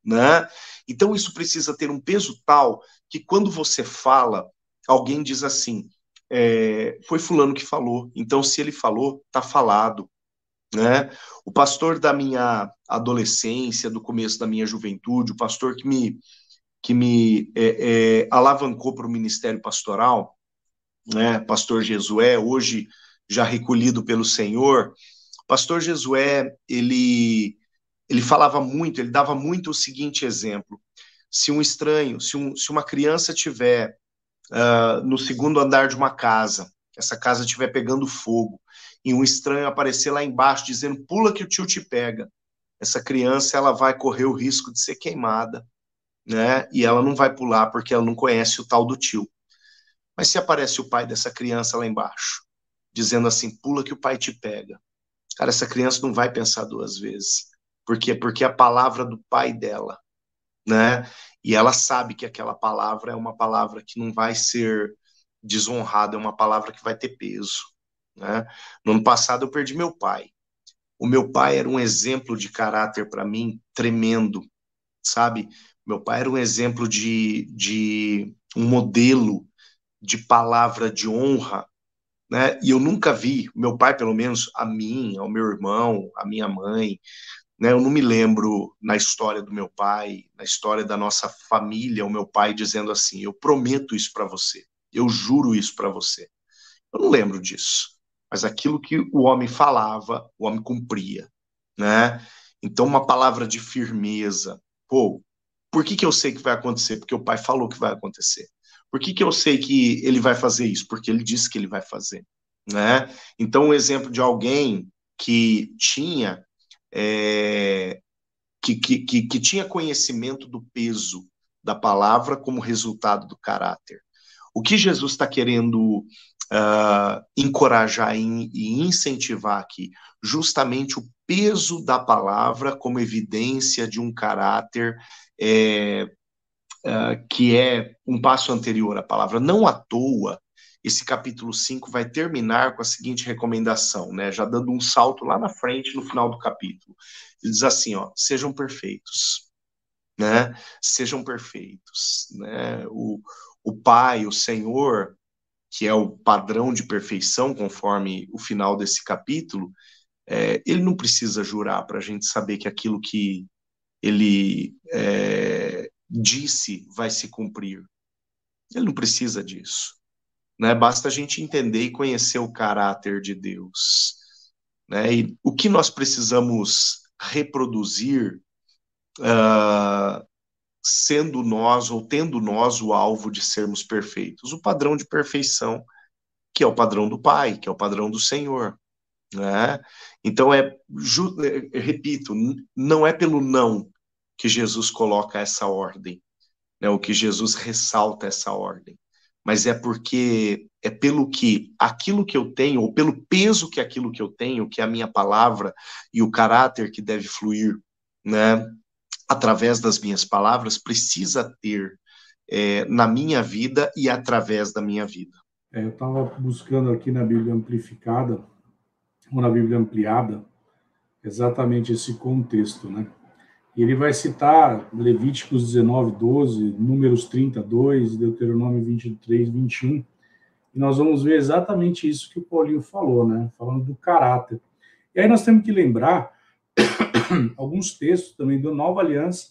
S4: né? Então isso precisa ter um peso tal que quando você fala, alguém diz assim, é, foi fulano que falou, então se ele falou, tá falado, né? O pastor da minha adolescência, do começo da minha juventude, o pastor que me, que me é, é, alavancou para o ministério pastoral, né? Pastor Jesué, hoje já recolhido pelo Senhor, pastor Jesué, ele, ele falava muito, ele dava muito o seguinte exemplo, se um estranho, se, um, se uma criança tiver uh, no segundo andar de uma casa, essa casa estiver pegando fogo, e um estranho aparecer lá embaixo dizendo, pula que o tio te pega, essa criança ela vai correr o risco de ser queimada, né? E ela não vai pular porque ela não conhece o tal do tio. Mas se aparece o pai dessa criança lá embaixo, dizendo assim, pula que o pai te pega, cara, essa criança não vai pensar duas vezes. Por quê? Porque é a palavra do pai dela, né? E ela sabe que aquela palavra é uma palavra que não vai ser desonrada, é uma palavra que vai ter peso, né? No ano passado eu perdi meu pai. O meu pai era um exemplo de caráter para mim tremendo, sabe? Meu pai era um exemplo de, de um modelo de palavra de honra, né? E eu nunca vi, meu pai pelo menos, a mim, ao meu irmão, a minha mãe, né? Eu não me lembro na história do meu pai, na história da nossa família, o meu pai dizendo assim, eu prometo isso para você, eu juro isso para você. Eu não lembro disso, mas aquilo que o homem falava, o homem cumpria, né? Então uma palavra de firmeza, pô, por que que eu sei que vai acontecer? Porque o pai falou que vai acontecer. Por que que eu sei que ele vai fazer isso? Porque ele disse que ele vai fazer, né? Então, um exemplo de alguém que tinha, é, que, que, que, que tinha conhecimento do peso da palavra como resultado do caráter. O que Jesus está querendo uh, encorajar e, e incentivar aqui? Justamente o peso da palavra como evidência de um caráter é, Uh, que é um passo anterior à palavra. Não à toa, esse capítulo cinco vai terminar com a seguinte recomendação, né? Já dando um salto lá na frente, no final do capítulo. Ele diz assim, ó, sejam perfeitos, né? Sejam perfeitos, né? O, o Pai, o Senhor, que é o padrão de perfeição, conforme o final desse capítulo, é, ele não precisa jurar para a gente saber que aquilo que ele é, disse vai se cumprir. Ele não precisa disso, né? Basta a gente entender e conhecer o caráter de Deus, né? E o que nós precisamos reproduzir, uh, sendo nós ou tendo nós o alvo de sermos perfeitos, o padrão de perfeição, que é o padrão do Pai, que é o padrão do Senhor, né? Então é, eu repito, não é pelo não que Jesus coloca essa ordem, né, o que Jesus ressalta essa ordem, mas é porque é pelo que aquilo que eu tenho, ou pelo peso que aquilo que eu tenho, que é a minha palavra e o caráter que deve fluir, né, através das minhas palavras, precisa ter é, na minha vida e através da minha vida.
S3: É, eu estava buscando aqui na Bíblia Amplificada, ou na Bíblia Ampliada, exatamente esse contexto, né? E ele vai citar Levíticos dezenove, doze, Números trinta, dois, Deuteronômio vinte e três, vinte e um. E nós vamos ver exatamente isso que o Paulinho falou, né? Falando do caráter. E aí nós temos que lembrar alguns textos também da Nova Aliança,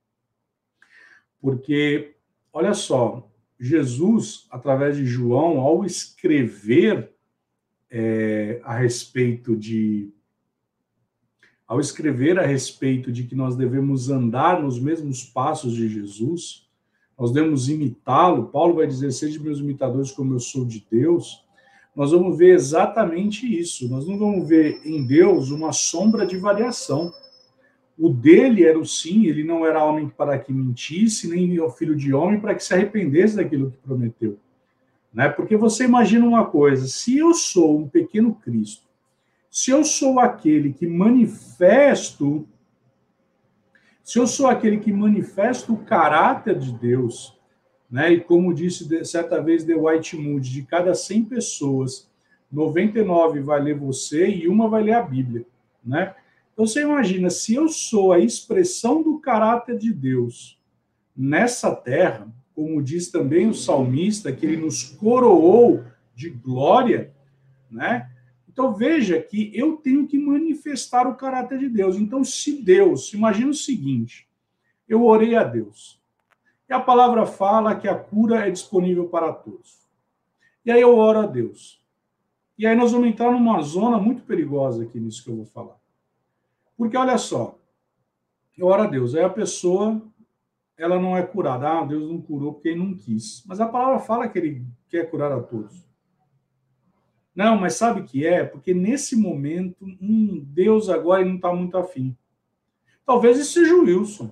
S3: porque, olha só, Jesus, através de João, ao escrever é, a respeito de Ao escrever a respeito de que nós devemos andar nos mesmos passos de Jesus, nós devemos imitá-lo, Paulo vai dizer, sejam meus imitadores como eu sou de Deus, nós vamos ver exatamente isso, nós não vamos ver em Deus uma sombra de variação. O dele era o sim, ele não era homem para que mentisse, nem o filho de homem para que se arrependesse daquilo que prometeu. Né? Porque você imagina uma coisa, se eu sou um pequeno Cristo, se eu sou aquele que manifesto, se eu sou aquele que manifesta o caráter de Deus, né? E como disse certa vez The White Mood, de cada cem pessoas, noventa e nove vai ler você e uma vai ler a Bíblia, né? Então você imagina, se eu sou a expressão do caráter de Deus nessa terra, como diz também o salmista, que ele nos coroou de glória, né? Então veja que eu tenho que manifestar o caráter de Deus. Então se Deus, imagina o seguinte, eu orei a Deus, e a palavra fala que a cura é disponível para todos. E aí eu oro a Deus. E aí nós vamos entrar numa zona muito perigosa aqui nisso que eu vou falar. Porque olha só, eu oro a Deus, aí a pessoa, ela não é curada. Ah, Deus não curou porque ele não quis. Mas a palavra fala que ele quer curar a todos. Não, mas sabe o que é? Porque nesse momento, hum, Deus agora ele não está muito afim. Talvez isso seja o Wilson.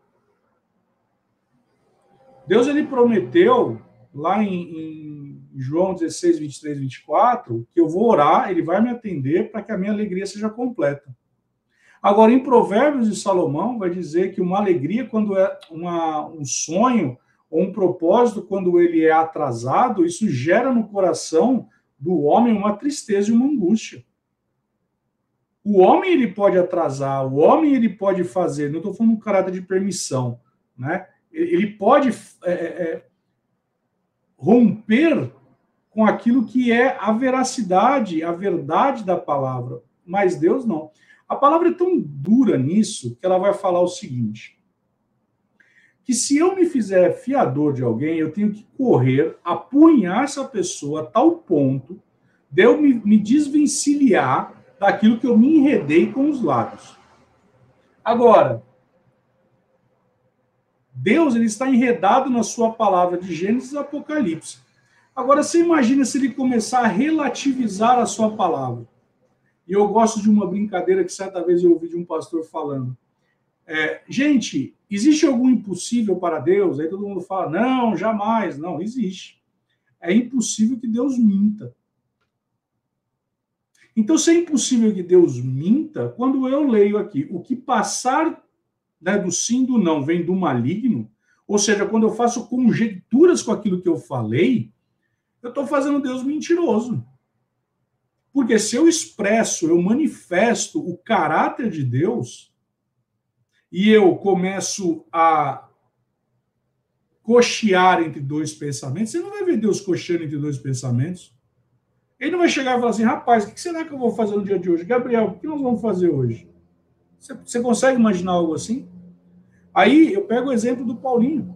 S3: Deus ele prometeu, lá em, em João dezesseis, vinte e três, vinte e quatro, que eu vou orar, ele vai me atender para que a minha alegria seja completa. Agora, em Provérbios de Salomão, vai dizer que uma alegria, quando é uma, um sonho ou um propósito, quando ele é atrasado, isso gera no coração do homem uma tristeza e uma angústia. O homem ele pode atrasar, o homem ele pode fazer, não estou falando do caráter de permissão, né? Ele pode é, é, romper com aquilo que é a veracidade, a verdade da palavra, mas Deus não. A palavra é tão dura nisso que ela vai falar o seguinte, que se eu me fizer fiador de alguém, eu tenho que correr, apunhar essa pessoa a tal ponto de eu me, me desvencilhar daquilo que eu me enredei com os lábios. Agora, Deus ele está enredado na sua palavra de Gênesis e Apocalipse. Agora, você imagina se ele começar a relativizar a sua palavra. E eu gosto de uma brincadeira que certa vez eu ouvi de um pastor falando. É, gente, existe algum impossível para Deus? Aí todo mundo fala, não, jamais. Não, existe. É impossível que Deus minta. Então, se é impossível que Deus minta, quando eu leio aqui, o que passar, né, do sim, do não, vem do maligno, ou seja, quando eu faço conjecturas com aquilo que eu falei, eu estou fazendo Deus mentiroso. Porque se eu expresso, eu manifesto o caráter de Deus, e eu começo a cochear entre dois pensamentos, você não vai ver Deus cocheando entre dois pensamentos. Ele não vai chegar e falar assim, rapaz, o que será que eu vou fazer no dia de hoje? Gabriel, o que nós vamos fazer hoje? Você, você consegue imaginar algo assim? Aí eu pego o exemplo do Paulinho.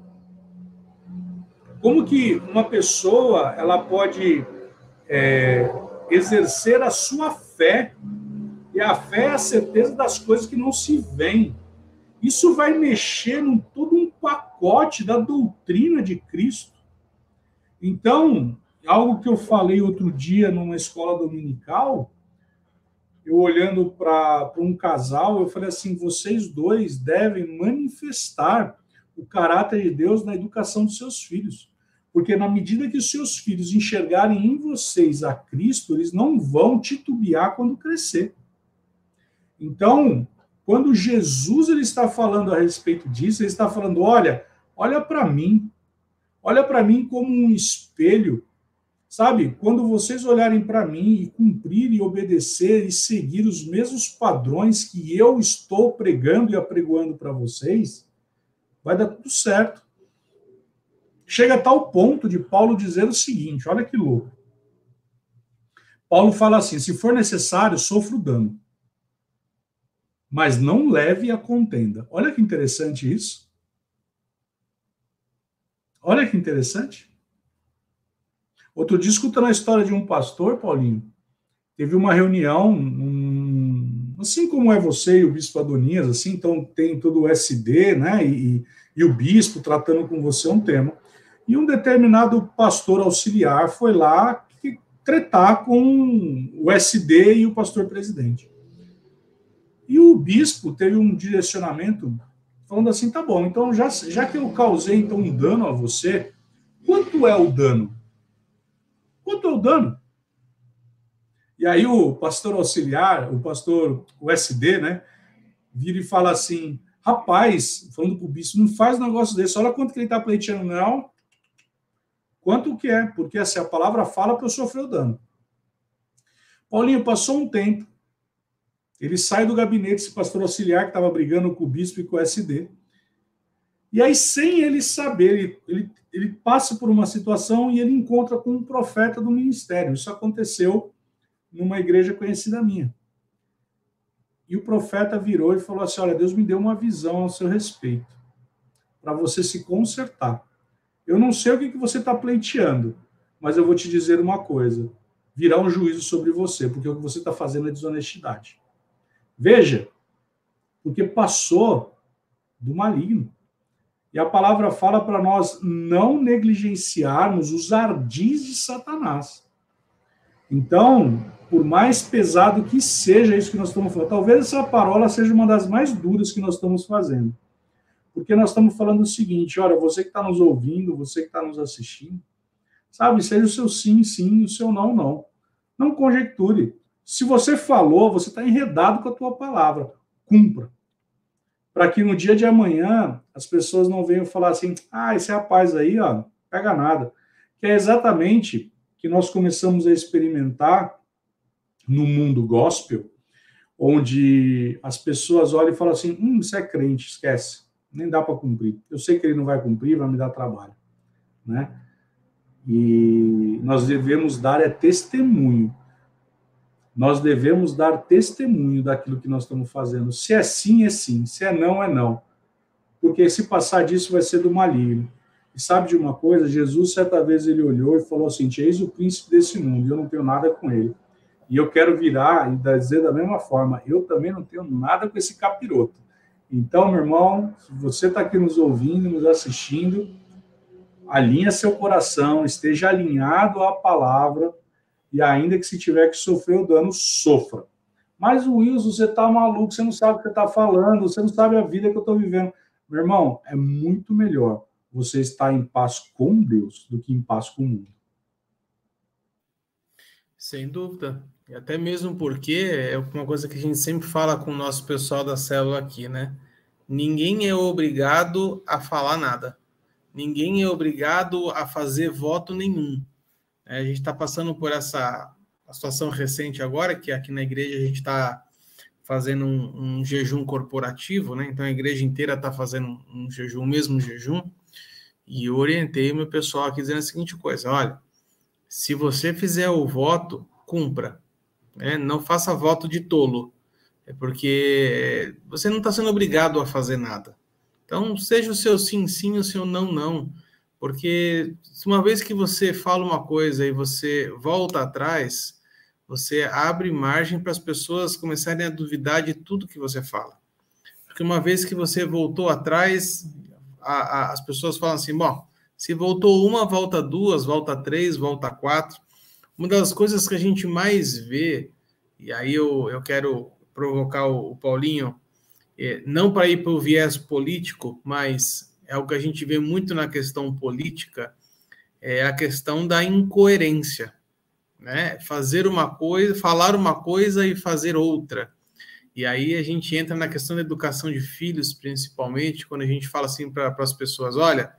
S3: Como que uma pessoa ela pode é, exercer a sua fé, e a fé é a certeza das coisas que não se veem. Isso vai mexer em todo um pacote da doutrina de Cristo. Então, algo que eu falei outro dia numa escola dominical, eu olhando para um casal, eu falei assim, vocês dois devem manifestar o caráter de Deus na educação dos seus filhos. Porque na medida que os seus filhos enxergarem em vocês a Cristo, eles não vão titubear quando crescer. Então, quando Jesus ele está falando a respeito disso, ele está falando, olha, olha para mim, olha para mim como um espelho, sabe? Quando vocês olharem para mim e cumprir e obedecer e seguir os mesmos padrões que eu estou pregando e apregoando para vocês, vai dar tudo certo. Chega a tal ponto de Paulo dizer o seguinte, olha que louco. Paulo fala assim, se for necessário, sofro dano, mas não leve a contenda. Olha que interessante isso. Olha que interessante. Outro dia, escutando a história de um pastor, Paulinho, teve uma reunião, um, assim como é você e o bispo Adonias, assim, então tem todo o S D, né, e, e o bispo tratando com você um tema. E um determinado pastor auxiliar foi lá tretar com o S D e o pastor presidente. E o bispo teve um direcionamento falando assim, tá bom, então já, já que eu causei então um dano a você, quanto é o dano? Quanto é o dano? E aí o pastor auxiliar, o pastor, o S D, né, vira e fala assim, rapaz, falando pro bispo, não faz um negócio desse, olha quanto que ele está pleiteando, não. Quanto que é? Porque assim, a palavra fala para eu sofrer o dano. Paulinho, passou um tempo, Ele sai do gabinete, esse pastor auxiliar que estava brigando com o bispo e com o S D. E aí, sem ele saber, ele, ele, ele passa por uma situação e ele encontra com um profeta do ministério. Isso aconteceu numa igreja conhecida minha. E o profeta virou e falou assim, olha, Deus me deu uma visão ao seu respeito, para você se consertar. Eu não sei o que, que você está pleiteando, mas eu vou te dizer uma coisa, virá um juízo sobre você, porque o que você está fazendo é desonestidade. Veja, porque passou do maligno. E a palavra fala para nós não negligenciarmos os ardis de Satanás. Então, por mais pesado que seja isso que nós estamos falando, talvez essa parola seja uma das mais duras que nós estamos fazendo. Porque nós estamos falando o seguinte, olha, você que está nos ouvindo, você que está nos assistindo, sabe, seja o seu sim, sim, e o seu não, não. Não conjecture. Se você falou, você está enredado com a tua palavra. Cumpra. Para que no dia de amanhã as pessoas não venham falar assim, ah, esse rapaz aí, ó, não pega nada. Que é exatamente que nós começamos a experimentar no mundo gospel, onde as pessoas olham e falam assim, hum, isso é crente, esquece, nem dá para cumprir. Eu sei que ele não vai cumprir, vai me dar trabalho. Né? E nós devemos dar é testemunho. Nós devemos dar testemunho daquilo que nós estamos fazendo. Se é sim, é sim. Se é não, é não. Porque se passar disso vai ser do maligno. E sabe de uma coisa? Jesus, certa vez, ele olhou e falou assim, eis o príncipe desse mundo, eu não tenho nada com ele. E eu quero virar e dizer da mesma forma, eu também não tenho nada com esse capiroto. Então, meu irmão, se você está aqui nos ouvindo, nos assistindo, alinha seu coração, esteja alinhado à palavra, e ainda que se tiver que sofrer o dano, sofra. Mas, Wilson, você está maluco, você não sabe o que você está falando, você não sabe a vida que eu estou vivendo. Meu irmão, é muito melhor você estar em paz com Deus do que em paz com o mundo.
S1: Sem dúvida. E até mesmo porque é uma coisa que a gente sempre fala com o nosso pessoal da célula aqui, né? Ninguém é obrigado a falar nada. Ninguém é obrigado a fazer voto nenhum. A gente está passando por essa situação recente agora, que aqui na igreja a gente está fazendo um, um jejum corporativo, né? Então a igreja inteira está fazendo um, um jejum, o mesmo jejum, e eu orientei o meu pessoal aqui dizendo a seguinte coisa, olha, se você fizer o voto, cumpra, né? Não faça voto de tolo, é porque você não está sendo obrigado a fazer nada. Então, seja o seu sim, sim, o seu não, não. Porque uma vez que você fala uma coisa e você volta atrás, você abre margem para as pessoas começarem a duvidar de tudo que você fala. Porque uma vez que você voltou atrás, a, a, as pessoas falam assim, bom, se voltou uma, volta duas, volta três, volta quatro. Uma das coisas que a gente mais vê, e aí eu, eu quero provocar o, o Paulinho, é, não para ir para o viés político, mas é o que a gente vê muito na questão política, é a questão da incoerência, né? Fazer uma coisa, falar uma coisa e fazer outra. E aí a gente entra na questão da educação de filhos, principalmente, quando a gente fala assim para as pessoas, olha,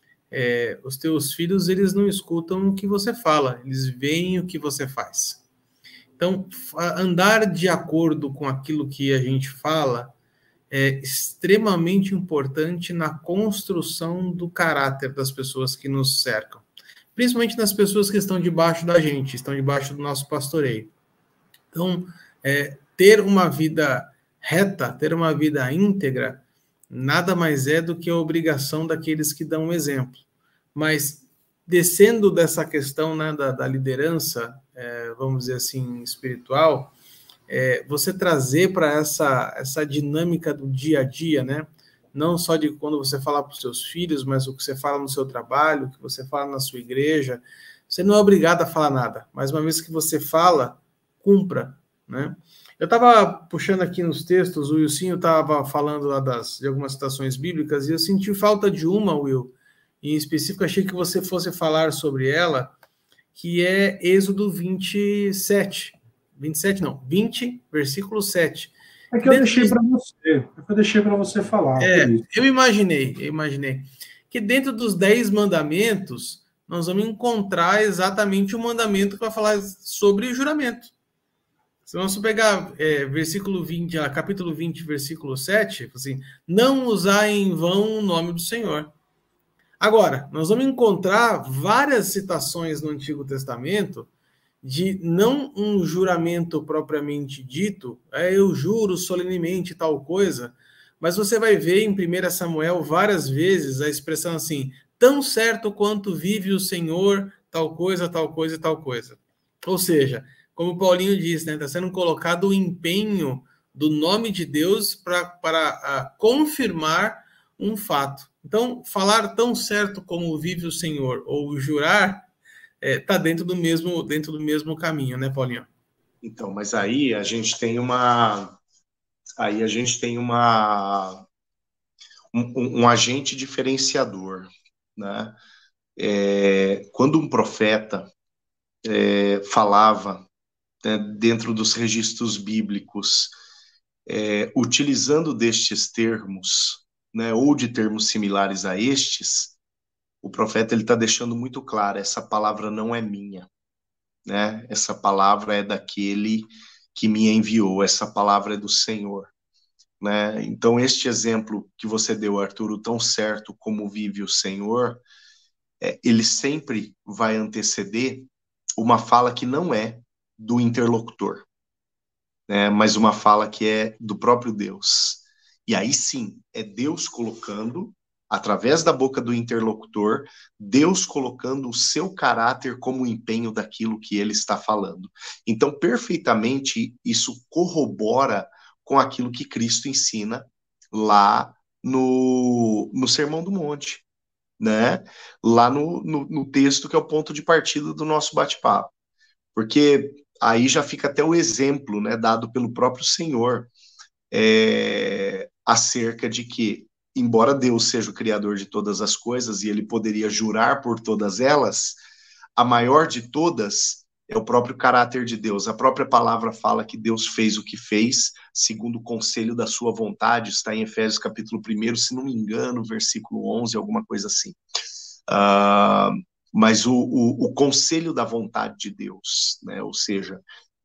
S1: é, os teus filhos, eles não escutam o que você fala, eles veem o que você faz. Então, andar de acordo com aquilo que a gente fala é extremamente importante na construção do caráter das pessoas que nos cercam, principalmente nas pessoas que estão debaixo da gente, estão debaixo do nosso pastoreio. Então, é, ter uma vida reta, ter uma vida íntegra, nada mais é do que a obrigação daqueles que dão um exemplo. Mas, descendo dessa questão, né, da, da liderança, é, vamos dizer assim, espiritual, é, você trazer para essa, essa dinâmica do dia a dia, né? Não só de quando você fala para os seus filhos, mas o que você fala no seu trabalho, o que você fala na sua igreja. Você não é obrigado a falar nada, mas uma vez que você fala, cumpra, né? Eu estava puxando aqui nos textos, o Wilson estava falando lá das, de algumas citações bíblicas, e eu senti falta de uma, Will, em específico, achei que você fosse falar sobre ela, que é Êxodo vinte e sete. vinte e sete não, vinte, versículo sete.
S3: É que eu Dentro deixei de... para você, é que eu deixei para você falar.
S1: É, eu imaginei, eu imaginei que dentro dos dez mandamentos, nós vamos encontrar exatamente o mandamento que vai falar sobre juramento. Se vamos pegar é, versículo vinte, ah, capítulo vinte, versículo sete, assim, não usar em vão o nome do Senhor. Agora, nós vamos encontrar várias citações no Antigo Testamento de não um juramento propriamente dito, é, eu juro solenemente tal coisa, mas você vai ver em primeiro Samuel várias vezes a expressão assim, tão certo quanto vive o Senhor, tal coisa, tal coisa e tal coisa. Ou seja, como o Paulinho disse, né, está sendo colocado o empenho do nome de Deus pra, para a, confirmar um fato. Então, falar tão certo como vive o Senhor, ou jurar, está é, dentro do mesmo dentro do mesmo caminho, né, Paulinho?
S4: Então, mas aí a gente tem uma aí a gente tem uma um, um agente diferenciador, né? É, quando um profeta é, falava, né, dentro dos registros bíblicos, é, utilizando destes termos, né, ou de termos similares a estes, o profeta ele está deixando muito claro, essa palavra não é minha, né? Essa palavra é daquele que me enviou, essa palavra é do Senhor, né? Então este exemplo que você deu, Arthur, o tão certo como vive o Senhor, é, ele sempre vai anteceder uma fala que não é do interlocutor, né? Mas uma fala que é do próprio Deus. E aí sim, é Deus colocando, através da boca do interlocutor, Deus colocando o seu caráter como empenho daquilo que ele está falando. Então, perfeitamente, isso corrobora com aquilo que Cristo ensina lá no, no Sermão do Monte, né? Lá no, no, no texto que é o ponto de partida do nosso bate-papo. Porque aí já fica até o exemplo, né, dado pelo próprio Senhor, é, acerca de que, embora Deus seja o criador de todas as coisas e ele poderia jurar por todas elas, a maior de todas é o próprio caráter de Deus. A própria palavra fala que Deus fez o que fez, segundo o conselho da sua vontade, está em Efésios capítulo um, se não me engano, versículo onze, alguma coisa assim. Uh, mas o, o, o conselho da vontade de Deus, né? Ou seja,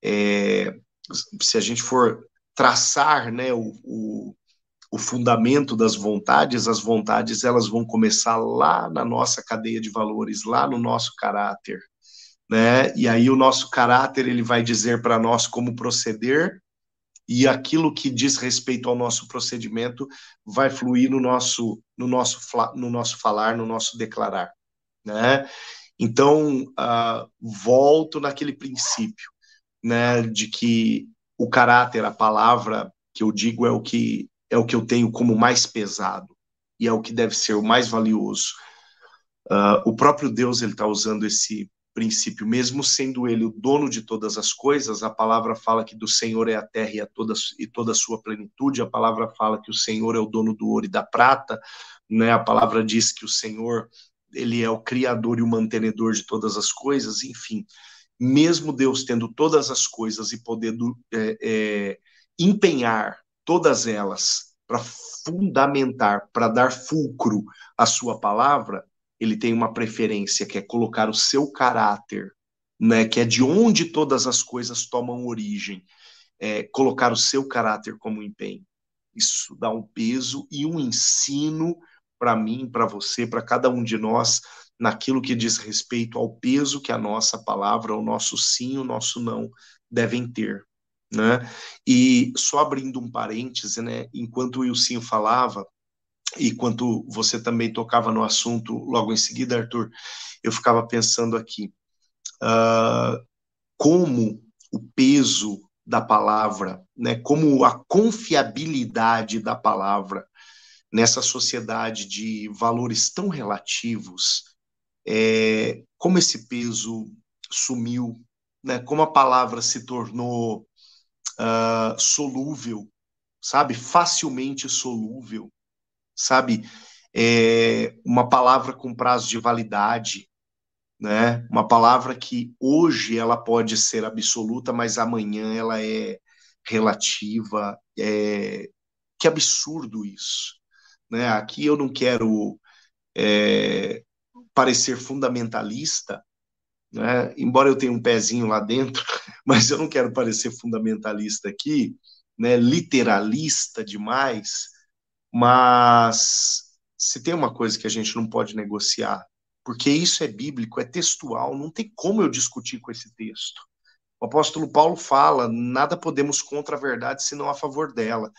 S4: é, se a gente for traçar, né, o, o, o fundamento das vontades, as vontades elas vão começar lá na nossa cadeia de valores, lá no nosso caráter, né? E aí o nosso caráter ele vai dizer para nós como proceder, e aquilo que diz respeito ao nosso procedimento vai fluir no nosso, no nosso, no nosso falar, no nosso declarar, né? Então, uh, volto naquele princípio, né, de que o caráter, a palavra que eu digo é o que é o que eu tenho como mais pesado e é o que deve ser o mais valioso. Uh, o próprio Deus ele está usando esse princípio, mesmo sendo ele o dono de todas as coisas. A palavra fala que do Senhor é a terra e, a toda, e toda a sua plenitude. A palavra fala que o Senhor é o dono do ouro e da prata, né? A palavra diz que o Senhor ele é o criador e o mantenedor de todas as coisas. Enfim, mesmo Deus tendo todas as coisas e podendo é, é, empenhar todas elas para fundamentar, para dar fulcro à sua palavra, ele tem uma preferência, que é colocar o seu caráter, né, que é de onde todas as coisas tomam origem, é, colocar o seu caráter como empenho. Isso dá um peso e um ensino para mim, para você, para cada um de nós, naquilo que diz respeito ao peso que a nossa palavra, o nosso sim, o nosso não devem ter, né? E só abrindo um parêntese, né, enquanto o Wilson falava, e enquanto você também tocava no assunto logo em seguida, Arthur, eu ficava pensando aqui, uh, como o peso da palavra, né, como a confiabilidade da palavra nessa sociedade de valores tão relativos, é, como esse peso sumiu, né, como a palavra se tornou uh, solúvel, sabe, facilmente solúvel, sabe, é, uma palavra com prazo de validade, né, uma palavra que hoje ela pode ser absoluta, mas amanhã ela é relativa, é, que absurdo isso, né, aqui eu não quero é, parecer fundamentalista, né? Embora eu tenha um pezinho lá dentro, mas eu não quero parecer fundamentalista aqui, né? Literalista demais, mas se tem uma coisa que a gente não pode negociar, porque isso é bíblico, é textual, não tem como eu discutir com esse texto. O apóstolo Paulo fala, nada podemos contra a verdade senão a favor dela.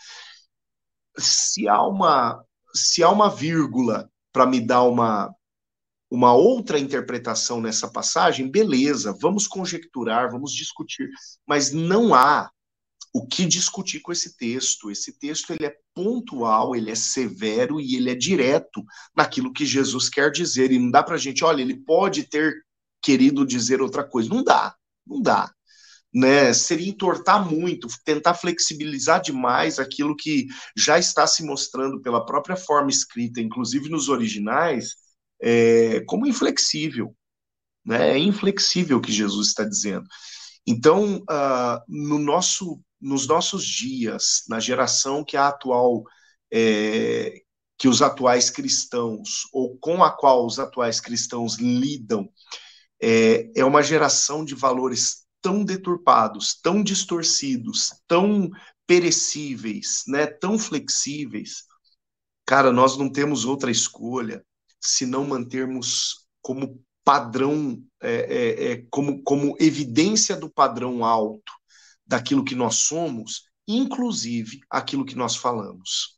S4: Se há uma, se há uma vírgula para me dar uma, uma outra interpretação nessa passagem, beleza, vamos conjecturar, vamos discutir, mas não há o que discutir com esse texto. Esse texto ele é pontual, ele é severo e ele é direto naquilo que Jesus quer dizer. E não dá para a gente, olha, ele pode ter querido dizer outra coisa. Não dá, não dá. Né? Seria entortar muito, tentar flexibilizar demais aquilo que já está se mostrando pela própria forma escrita, inclusive nos originais, é, como inflexível. Né? É inflexível o que Jesus está dizendo. Então, uh, no nosso, nos nossos dias, na geração que a atual, é, que os atuais cristãos, ou com a qual os atuais cristãos lidam, é, é uma geração de valores tão deturpados, tão distorcidos, tão perecíveis, né, tão flexíveis. Cara, nós não temos outra escolha se não mantermos como padrão, é, é, é, como, como evidência do padrão alto daquilo que nós somos, inclusive aquilo que nós falamos.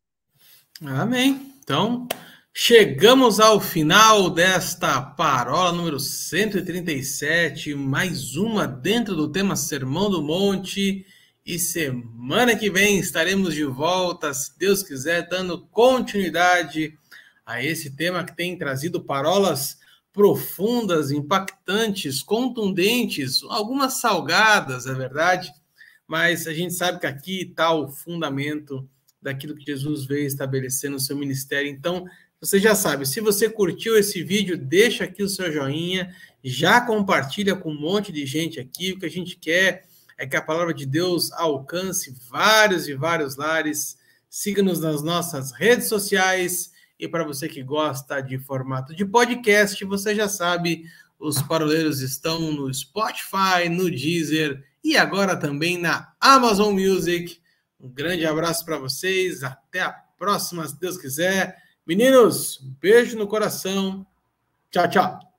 S1: Amém. Então, chegamos ao final desta parola número cento e trinta e sete, mais uma dentro do tema Sermão do Monte, e semana que vem estaremos de volta, se Deus quiser, dando continuidade a esse tema que tem trazido parolas profundas, impactantes, contundentes, algumas salgadas, é verdade, mas a gente sabe que aqui está o fundamento daquilo que Jesus veio estabelecer no seu ministério. Então, você já sabe, se você curtiu esse vídeo, deixa aqui o seu joinha, já compartilha com um monte de gente aqui. O que a gente quer é que a palavra de Deus alcance vários e vários lares. Siga-nos nas nossas redes sociais. E para você que gosta de formato de podcast, você já sabe, os paroleiros estão no Spotify, no Deezer e agora também na Amazon Music. Um grande abraço para vocês, até a próxima, se Deus quiser. Meninos, um beijo no coração. Tchau, tchau.